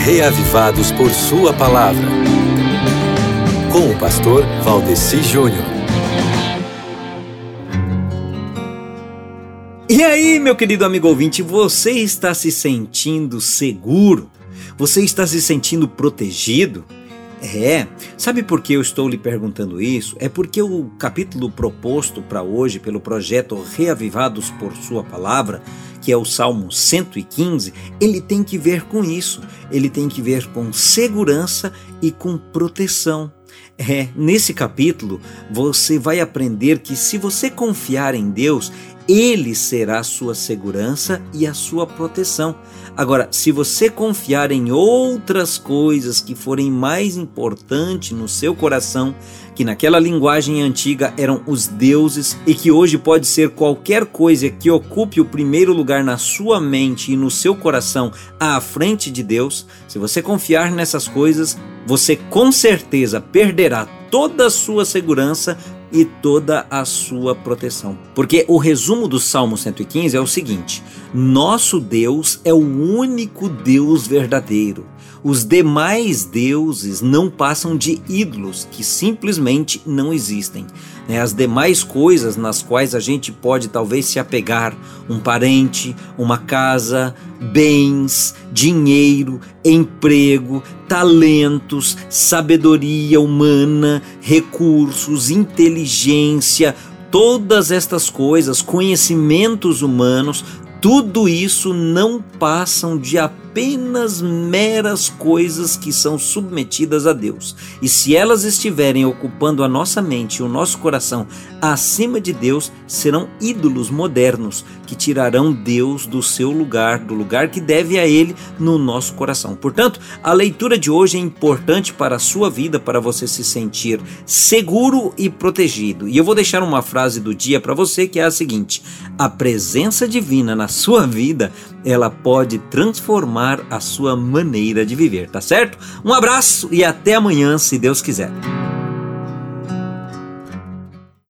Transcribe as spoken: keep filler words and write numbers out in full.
Reavivados por Sua Palavra, com o pastor Valdeci Júnior. E aí, meu querido amigo ouvinte, você está se sentindo seguro? Você está se sentindo protegido? É, sabe por que eu estou lhe perguntando isso? É porque o capítulo proposto para hoje pelo projeto Reavivados por Sua Palavra, que é o Salmo cento e quinze, ele tem que ver com isso, ele tem que ver com segurança e com proteção. É, nesse capítulo você vai aprender que se você confiar em Deus, Ele será a sua segurança e a sua proteção. Agora, se você confiar em outras coisas que forem mais importantes no seu coração, que naquela linguagem antiga eram os deuses e que hoje pode ser qualquer coisa que ocupe o primeiro lugar na sua mente e no seu coração à frente de Deus, se você confiar nessas coisas, você com certeza perderá toda a sua segurança e toda a sua proteção. Porque o resumo do Salmo cento e quinze é o seguinte: nosso Deus é o único Deus verdadeiro. Os demais deuses não passam de ídolos que simplesmente não existem. As demais coisas nas quais a gente pode talvez se apegar, um parente, uma casa, bens, dinheiro, emprego, talentos, sabedoria humana, recursos, inteligência, todas estas coisas, conhecimentos humanos, tudo isso não passam de apenas meras coisas que são submetidas a Deus. E se elas estiverem ocupando a nossa mente e o nosso coração acima de Deus, serão ídolos modernos que tirarão Deus do seu lugar, do lugar que deve a Ele no nosso coração. Portanto, a leitura de hoje é importante para a sua vida, para você se sentir seguro e protegido. E eu vou deixar uma frase do dia para você que é a seguinte: a presença divina na sua vida, ela pode transformar a sua maneira de viver, tá certo? Um abraço e até amanhã, se Deus quiser.